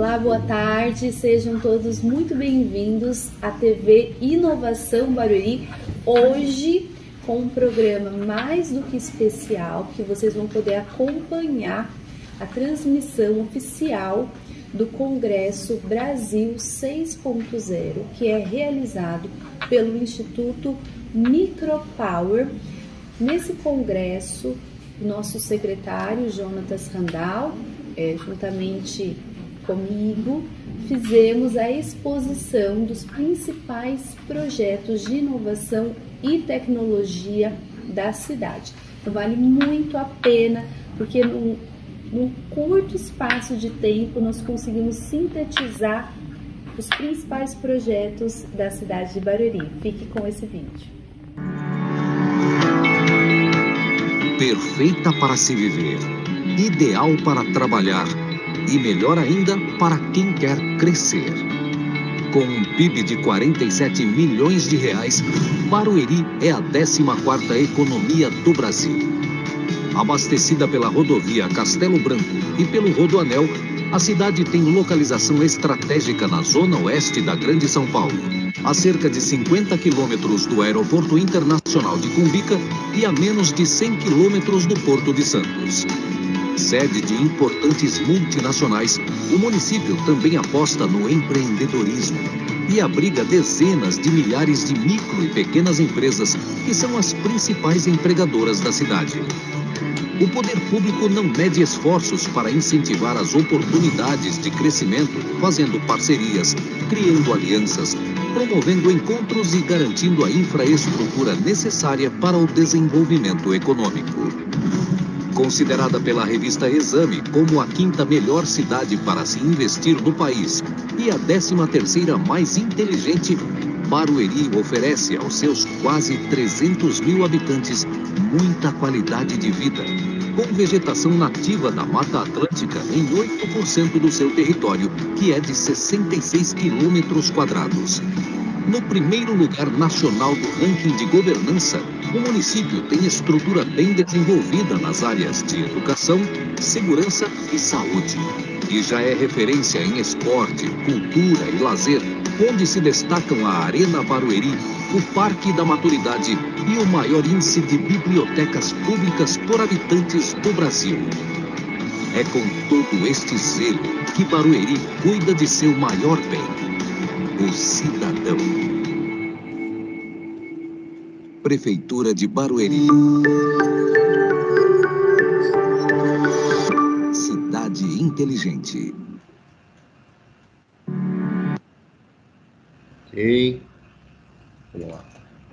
Olá, boa tarde, sejam todos muito bem-vindos à TV Inovação Barueri. Hoje, com um programa mais do que especial, que vocês vão poder acompanhar a transmissão oficial do Congresso Brasil 6.0, que é realizado pelo Instituto Micropower. Nesse congresso, o nosso secretário, Jonatas Randall, juntamente comigo, fizemos a exposição dos principais projetos de inovação e tecnologia da cidade. Então, vale muito a pena, porque num curto espaço de tempo nós conseguimos sintetizar os principais projetos da cidade de Barueri. Fique com esse vídeo. Perfeita para se viver, ideal para trabalhar e melhor ainda para quem quer crescer. Com um PIB de 47 milhões de reais, Barueri é a 14ª economia do Brasil. Abastecida pela rodovia Castelo Branco e pelo Rodoanel, a cidade tem localização estratégica na zona oeste da Grande São Paulo, a cerca de 50 quilômetros do Aeroporto Internacional de Cumbica e a menos de 100 quilômetros do Porto de Santos. Sede de importantes multinacionais, o município também aposta no empreendedorismo e abriga dezenas de milhares de micro e pequenas empresas que são as principais empregadoras da cidade. O poder público não mede esforços para incentivar as oportunidades de crescimento, fazendo parcerias, criando alianças, promovendo encontros e garantindo a infraestrutura necessária para o desenvolvimento econômico. Considerada pela revista Exame como a 5ª melhor cidade para se investir no país e a 13ª mais inteligente, Barueri oferece aos seus quase 300 mil habitantes muita qualidade de vida, com vegetação nativa da Mata Atlântica em 8% do seu território, que é de 66 quilômetros quadrados. No primeiro lugar nacional do ranking de governança, o município tem estrutura bem desenvolvida nas áreas de educação, segurança e saúde. E já é referência em esporte, cultura e lazer, onde se destacam a Arena Barueri, o Parque da Maturidade e o maior índice de bibliotecas públicas por habitantes do Brasil. É com todo este zelo que Barueri cuida de seu maior bem, o cidadão. Prefeitura de Barueri. Cidade inteligente. Ok. Vamos lá.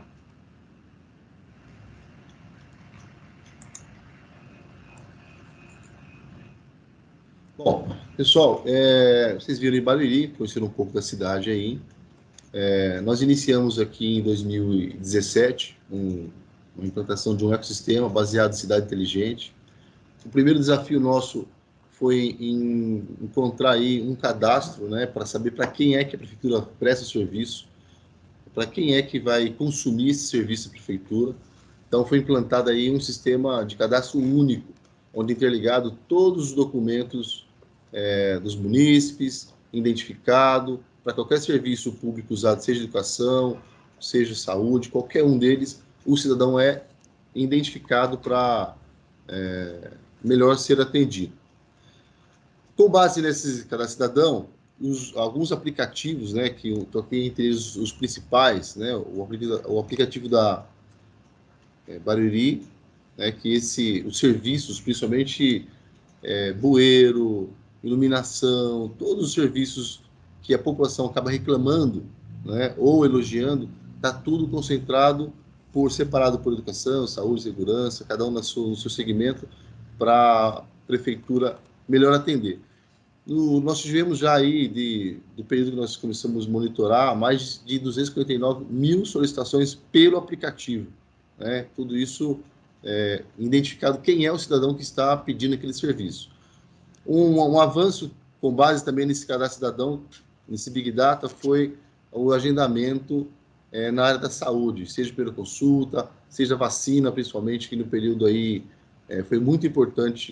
Bom, pessoal, vocês viram em Barueri, conheceram um pouco da cidade aí. Nós iniciamos aqui em 2017 uma implantação de um ecossistema baseado em cidade inteligente. O primeiro desafio nosso foi em encontrar aí um cadastro, né, para saber para quem é que a prefeitura presta serviço, para quem é que vai consumir esse serviço da prefeitura. Então foi implantado aí um sistema de cadastro único, onde interligado todos os documentos dos munícipes, identificado para qualquer serviço público usado, seja educação, seja saúde, qualquer um deles, o cidadão é identificado para melhor ser atendido. Com base nesse cada cidadão, alguns aplicativos, né, que eu toquei entre eles os principais, né, o aplicativo da Barueri, né, que os serviços, principalmente bueiro, iluminação, todos os serviços que a população acaba reclamando, né, ou elogiando, está tudo concentrado separado por educação, saúde, segurança, cada um no seu segmento, para a prefeitura melhor atender. Nós tivemos já aí, do período que nós começamos a monitorar, mais de 259 mil solicitações pelo aplicativo, né? Tudo isso identificado quem é o cidadão que está pedindo aquele serviço. Um avanço com base também nesse cadastro cidadão, nesse Big Data, foi o agendamento na área da saúde, seja pela consulta, seja vacina, principalmente, que no período aí foi muito importante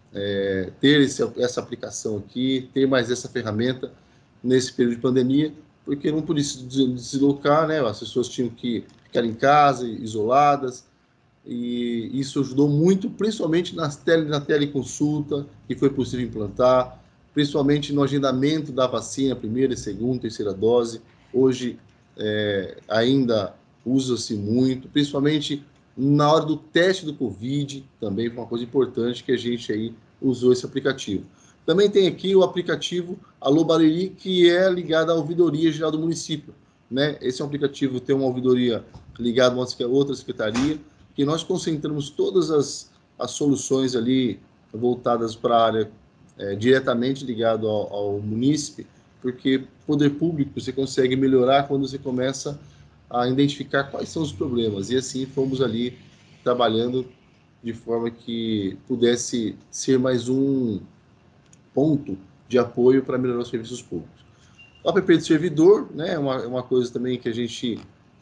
ter essa aplicação aqui, ter mais essa ferramenta nesse período de pandemia, porque não podia se deslocar, né? As pessoas tinham que ficar em casa, isoladas, e isso ajudou muito, principalmente na teleconsulta, que foi possível implantar, principalmente no agendamento da vacina, primeira, segunda, terceira dose. Hoje ainda usa-se muito, principalmente na hora do teste do Covid, também foi uma coisa importante que a gente aí usou esse aplicativo. Também tem aqui o aplicativo Alô Barueri, que é ligado à ouvidoria geral do município, né? Esse é um aplicativo, tem uma ouvidoria ligada a outra secretaria, que nós concentramos todas as soluções ali voltadas para a área diretamente ligado ao munícipe, porque poder público você consegue melhorar quando você começa a identificar quais são os problemas, e assim fomos ali trabalhando de forma que pudesse ser mais um ponto de apoio para melhorar os serviços públicos. O app de servidor, né, é uma coisa também que a gente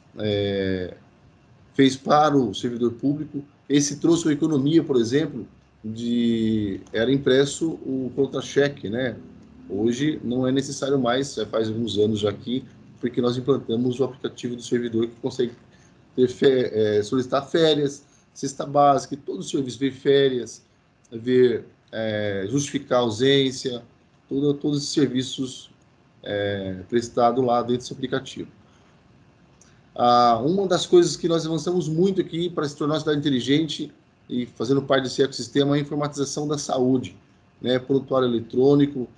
fez para o servidor público. Esse trouxe uma economia, por exemplo, era impresso o contra-cheque, né? Hoje não é necessário mais, já faz alguns anos já aqui, porque nós implantamos o aplicativo do servidor que consegue solicitar férias, cesta básica, todo o serviço, ver férias, ver justificar ausência, todos os serviços prestados lá dentro desse aplicativo. Uma das coisas que nós avançamos muito aqui para se tornar uma cidade inteligente e fazendo parte desse ecossistema é a informatização da saúde, né? Prontuário eletrônico,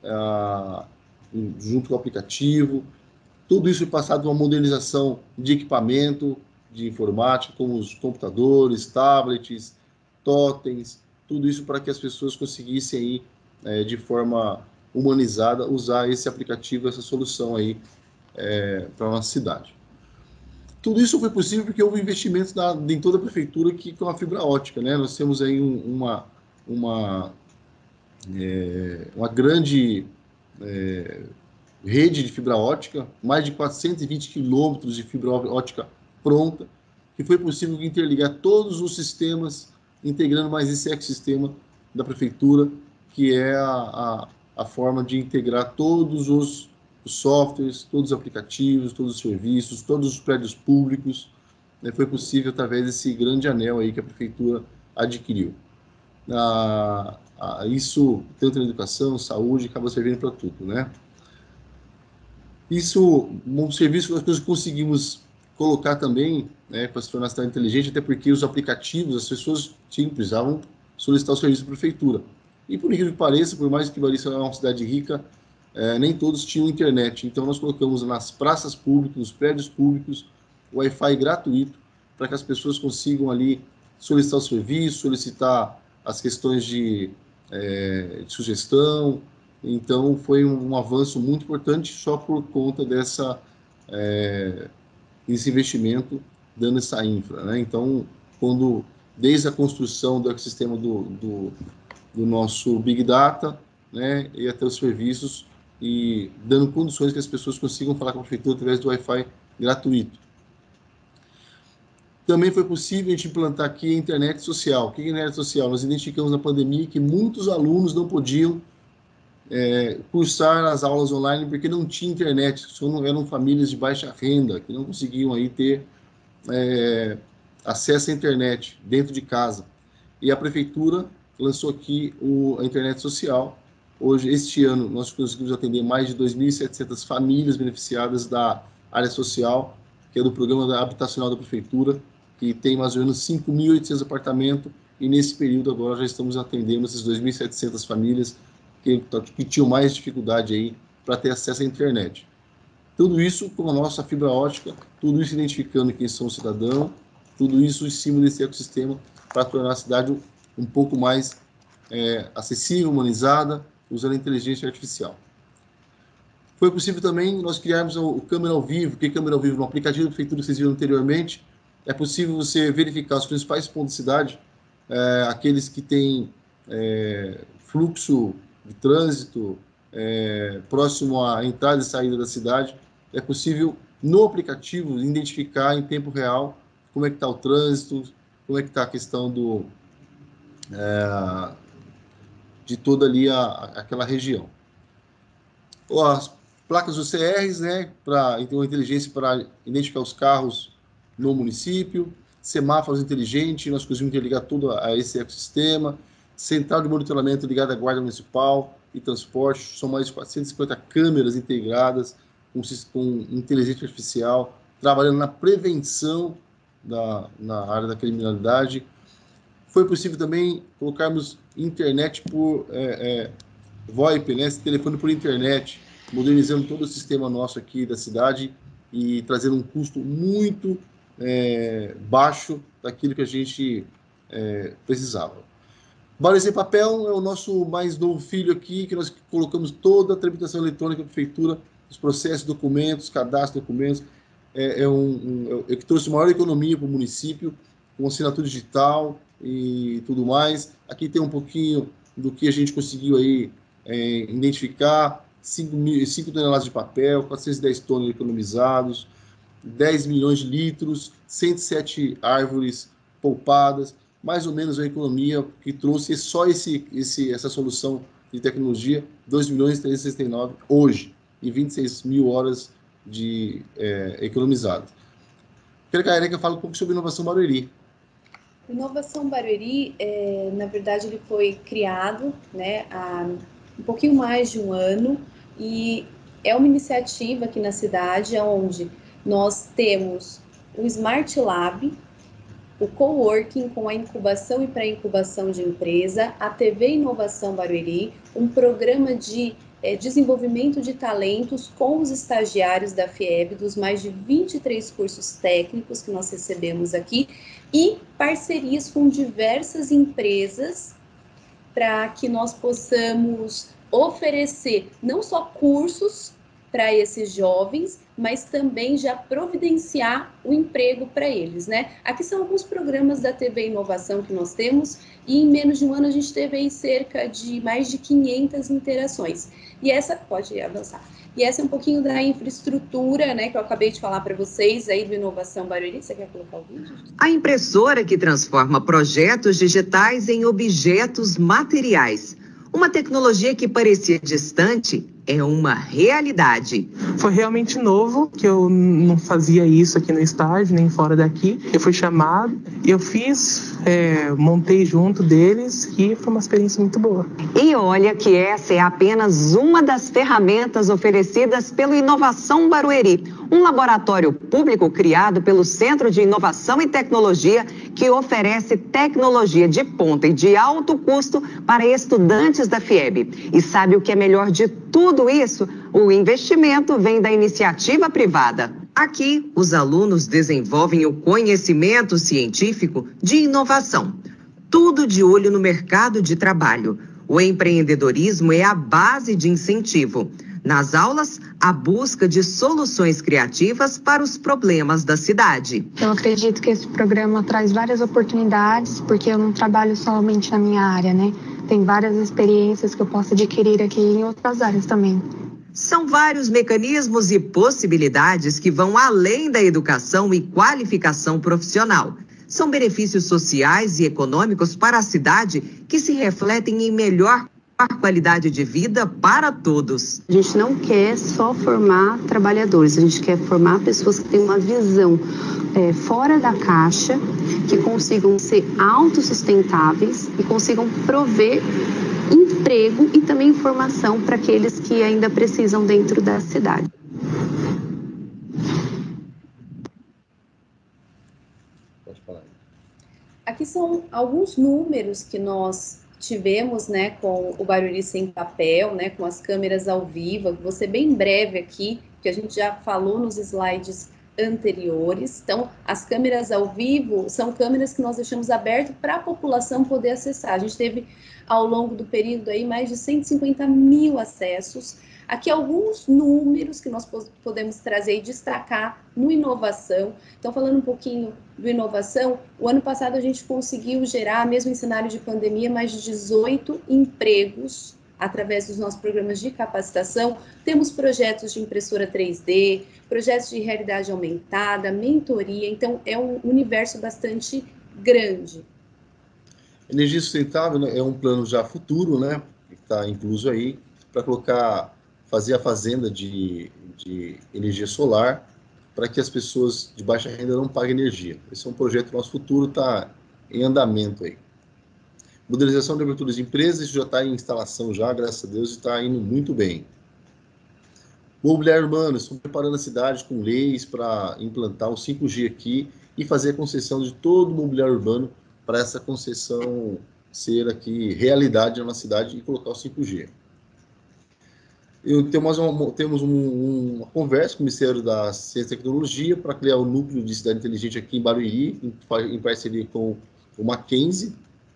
junto com o aplicativo, tudo isso é passado uma modernização de equipamento, de informática, como os computadores, tablets, totens, tudo isso para que as pessoas conseguissem aí, de forma humanizada, usar esse aplicativo, essa solução aí para a nossa cidade. Tudo isso foi possível porque houve investimentos em toda a prefeitura aqui com a fibra ótica, né? Nós temos aí uma grande rede de fibra ótica, mais de 420 quilômetros de fibra ótica pronta, que foi possível interligar todos os sistemas, integrando mais esse ecossistema da prefeitura, que é a forma de integrar todos os softwares, todos os aplicativos, todos os serviços, todos os prédios públicos, né? Foi possível através desse grande anel aí que a prefeitura adquiriu. Isso, tanto na educação, saúde, acaba servindo para tudo, né? Isso, um serviço que nós conseguimos colocar também, né, para se tornar cidade inteligente, até porque os aplicativos, as pessoas precisavam solicitar o serviço da prefeitura. E por incrível que pareça, por mais que Barueri seja uma cidade rica, nem todos tinham internet. Então nós colocamos nas praças públicas, nos prédios públicos, Wi-Fi gratuito, para que as pessoas consigam ali solicitar o serviço, solicitar as questões de sugestão. Então foi um avanço muito importante só por conta desse investimento dando essa infra, né? Então, desde a construção do ecossistema do nosso Big Data, né, e até os serviços, e dando condições que as pessoas consigam falar com a prefeitura através do Wi-Fi gratuito. Também foi possível a gente implantar aqui a internet social. O que é a internet social? Nós identificamos na pandemia que muitos alunos não podiam cursar as aulas online porque não tinha internet, eram famílias de baixa renda, que não conseguiam aí ter acesso à internet dentro de casa. E a prefeitura lançou aqui a internet social. Hoje, este ano, nós conseguimos atender mais de 2.700 famílias beneficiadas da área social, que é do programa habitacional da prefeitura, que tem mais ou menos 5.800 apartamentos, e nesse período agora já estamos atendendo essas 2.700 famílias que tinham mais dificuldade aí para ter acesso à internet. Tudo isso com a nossa fibra ótica, tudo isso identificando quem são os cidadãos, tudo isso em cima desse ecossistema para tornar a cidade um pouco mais acessível, humanizada, usando a inteligência artificial. Foi possível também nós criarmos o Câmera ao Vivo. O que é Câmera ao Vivo? No aplicativo da prefeitura que vocês viram anteriormente, é possível você verificar os principais pontos da cidade, aqueles que têm fluxo de trânsito próximo à entrada e saída da cidade. É possível, no aplicativo, identificar em tempo real como é que está o trânsito, como é que está a questão de toda ali aquela região. As placas UCRs, né, para uma inteligência para identificar os carros no município, semáforos inteligentes, nós conseguimos interligar tudo a esse ecossistema, central de monitoramento ligada à Guarda Municipal e Transporte, são mais de 450 câmeras integradas com inteligência artificial, trabalhando na prevenção na área da criminalidade. Foi possível também colocarmos internet por VoIP, né, esse telefone por internet, modernizando todo o sistema nosso aqui da cidade e trazendo um custo muito baixo daquilo que a gente precisava. Barueri Sem Papel é o nosso mais novo filho aqui, que nós colocamos toda a tramitação eletrônica da prefeitura, os processos, documentos, cadastro de documentos, é que trouxe maior economia para o município, com assinatura digital e tudo mais. Aqui tem um pouquinho do que a gente conseguiu aí identificar: 5 toneladas de papel, 410 tonos economizados, 10 milhões de litros, 107 árvores poupadas, mais ou menos a economia que trouxe só essa solução de tecnologia, 2.369 hoje, e 26 mil horas economizadas. Quero que a Érica fale um pouco sobre Inovação Barueri. Inovação Barueri, na verdade, ele foi criado, né, há um pouquinho mais de um ano, e é uma iniciativa aqui na cidade onde nós temos o Smart Lab, o coworking com a incubação e pré-incubação de empresa, a TV Inovação Barueri, um programa de desenvolvimento de talentos com os estagiários da FIEB, dos mais de 23 cursos técnicos que nós recebemos aqui, e parcerias com diversas empresas para que nós possamos oferecer não só cursos para esses jovens, mas também já providenciar o emprego para eles, né? Aqui são alguns programas da TV Inovação que nós temos, e em menos de um ano a gente teve aí cerca de mais de 500 interações. E essa, pode avançar, e essa é um pouquinho da infraestrutura, né, que eu acabei de falar para vocês aí do Inovação Barueri. Você quer colocar o vídeo? A impressora que transforma projetos digitais em objetos materiais. Uma tecnologia que parecia distante é uma realidade. Foi realmente novo, que eu não fazia isso aqui no estágio, nem fora daqui. Eu fui chamado, eu fiz, montei junto deles e foi uma experiência muito boa. E olha que essa é apenas uma das ferramentas oferecidas pelo Inovação Barueri, um laboratório público criado pelo Centro de Inovação e Tecnologia que oferece tecnologia de ponta e de alto custo para estudantes da FIEB. E sabe o que é melhor de tudo isso? O investimento vem da iniciativa privada. Aqui, os alunos desenvolvem o conhecimento científico de inovação. Tudo de olho no mercado de trabalho. O empreendedorismo é a base de incentivo. Nas aulas, a busca de soluções criativas para os problemas da cidade. Eu acredito que esse programa traz várias oportunidades, porque eu não trabalho somente na minha área, né? Tem várias experiências que eu posso adquirir aqui em outras áreas também. São vários mecanismos e possibilidades que vão além da educação e qualificação profissional. São benefícios sociais e econômicos para a cidade que se refletem em melhor qualidade de vida para todos. A gente não quer só formar trabalhadores, a gente quer formar pessoas que têm uma visão fora da caixa, que consigam ser autossustentáveis e consigam prover emprego e também informação para aqueles que ainda precisam dentro da cidade. Pode falar. Aqui são alguns números que nós tivemos, né, com o Barueri Sem Papel, né, com as câmeras ao vivo. Vou ser bem breve aqui, que a gente já falou nos slides anteriores. Então, as câmeras ao vivo são câmeras que nós deixamos abertas para a população poder acessar. A gente teve, ao longo do período, aí, mais de 150 mil acessos. Aqui alguns números que nós podemos trazer e destacar no Inovação. Então, falando um pouquinho do Inovação, o ano passado a gente conseguiu gerar, mesmo em cenário de pandemia, mais de 18 empregos através dos nossos programas de capacitação. Temos projetos de impressora 3D, projetos de realidade aumentada, mentoria. Então, é um universo bastante grande. Energia sustentável, né, é um plano já futuro, né? está incluso aí, para fazer a fazenda de energia solar, para que as pessoas de baixa renda não paguem energia. Esse é um projeto que o nosso futuro está em andamento aí. Modernização de aberturas de empresas, isso já está em instalação já, graças a Deus, e está indo muito bem. Mobiliário urbano, estão preparando a cidade com leis para implantar o 5G aqui e fazer a concessão de todo o mobiliário urbano para essa concessão ser aqui realidade na nossa cidade e colocar o 5G. Temos uma conversa com o Ministério da Ciência e Tecnologia para criar o núcleo de cidade inteligente aqui em Barueri, em parceria com o Mackenzie.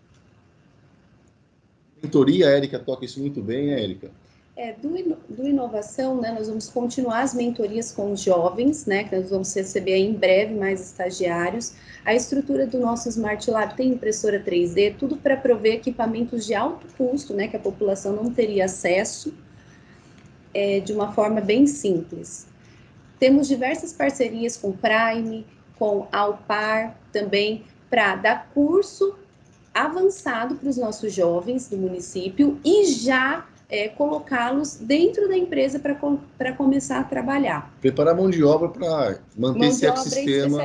Mentoria, a Érica toca isso muito bem, né, Érica? Do Inovação, né, nós vamos continuar as mentorias com os jovens, né, que nós vamos receber aí em breve mais estagiários. A estrutura do nosso Smart Lab tem impressora 3D, tudo para prover equipamentos de alto custo, né, que a população não teria acesso, de uma forma bem simples. Temos diversas parcerias com Prime, com Alpar também, para dar curso avançado para os nossos jovens do município e já colocá-los dentro da empresa para começar a trabalhar. Preparar mão de obra para manter esse ecossistema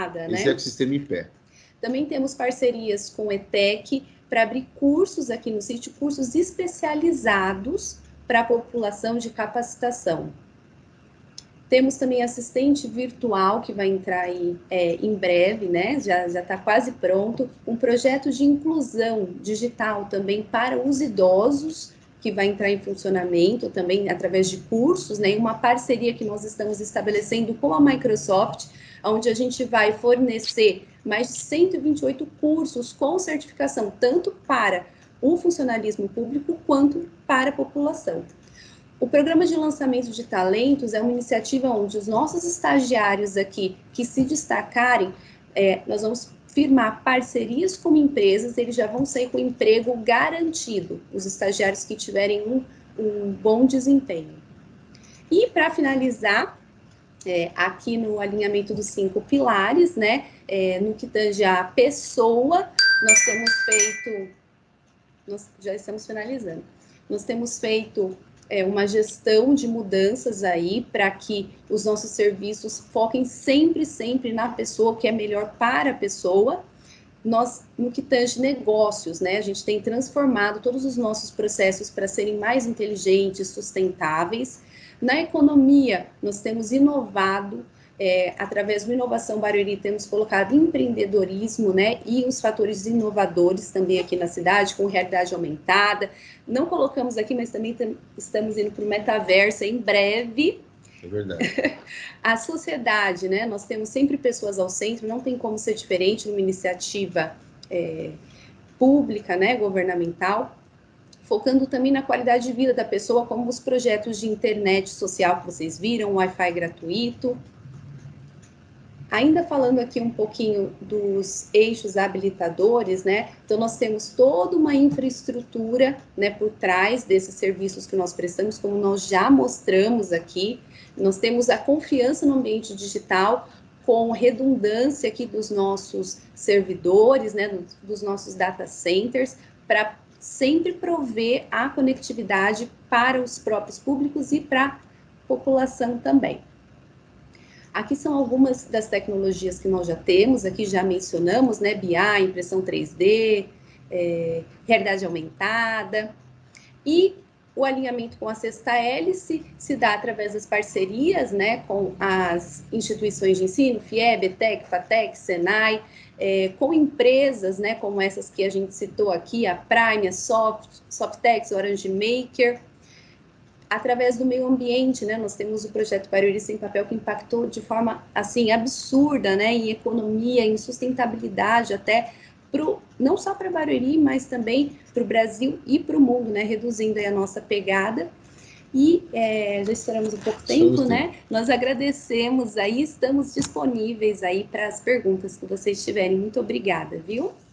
em pé. Também temos parcerias com o ETEC para abrir cursos aqui no sítio, cursos especializados para a população de capacitação. Temos também assistente virtual, que vai entrar aí em breve, né? Já está quase pronto. Um projeto de inclusão digital também para os idosos, que vai entrar em funcionamento também através de cursos, né? Uma parceria que nós estamos estabelecendo com a Microsoft, onde a gente vai fornecer mais de 128 cursos com certificação, tanto para o funcionalismo público quanto para a população. O programa de lançamento de talentos é uma iniciativa onde os nossos estagiários aqui que se destacarem, nós vamos firmar parcerias com empresas, eles já vão sair com emprego garantido, os estagiários que tiverem um bom desempenho. E para finalizar, aqui no alinhamento dos 5 pilares, né, no que tange a pessoa, nós temos feito, nós já estamos finalizando, nós temos feito uma gestão de mudanças aí para que os nossos serviços foquem sempre na pessoa, o que é melhor para a pessoa. Nós, no que tange negócios, né, a gente tem transformado todos os nossos processos para serem mais inteligentes, sustentáveis. Na economia, nós temos inovado, através do Inovação Barueri, temos colocado empreendedorismo, né, e os fatores inovadores também aqui na cidade, com realidade aumentada. Não colocamos aqui, mas também estamos indo para o metaverso em breve. É verdade. A sociedade, né, nós temos sempre pessoas ao centro, não tem como ser diferente numa iniciativa pública, né, governamental, focando também na qualidade de vida da pessoa, como os projetos de internet social que vocês viram, Wi-Fi gratuito. Ainda falando aqui um pouquinho dos eixos habilitadores, né? Então, nós temos toda uma infraestrutura, né, por trás desses serviços que nós prestamos, como nós já mostramos aqui. Nós temos a confiança no ambiente digital, com redundância aqui dos nossos servidores, né, dos nossos data centers, para sempre prover a conectividade para os próprios públicos e para a população também. Aqui são algumas das tecnologias que nós já temos, aqui já mencionamos, né, BI, impressão 3D, realidade aumentada, e o alinhamento com a sexta hélice se dá através das parcerias, né, com as instituições de ensino, FIEB, ETEC, FATEC, SENAI, com empresas, né, como essas que a gente citou aqui, a Prime, a Softex, Orange Maker. Através do meio ambiente, né, nós temos o projeto Barueri Sem Papel, que impactou de forma, assim, absurda, né, em economia, em sustentabilidade, até não só para Barueri, mas também para o Brasil e para o mundo, né, reduzindo aí a nossa pegada. E já estouramos um pouco tempo, né? Nós agradecemos aí, estamos disponíveis aí para as perguntas que vocês tiverem. Muito obrigada, viu?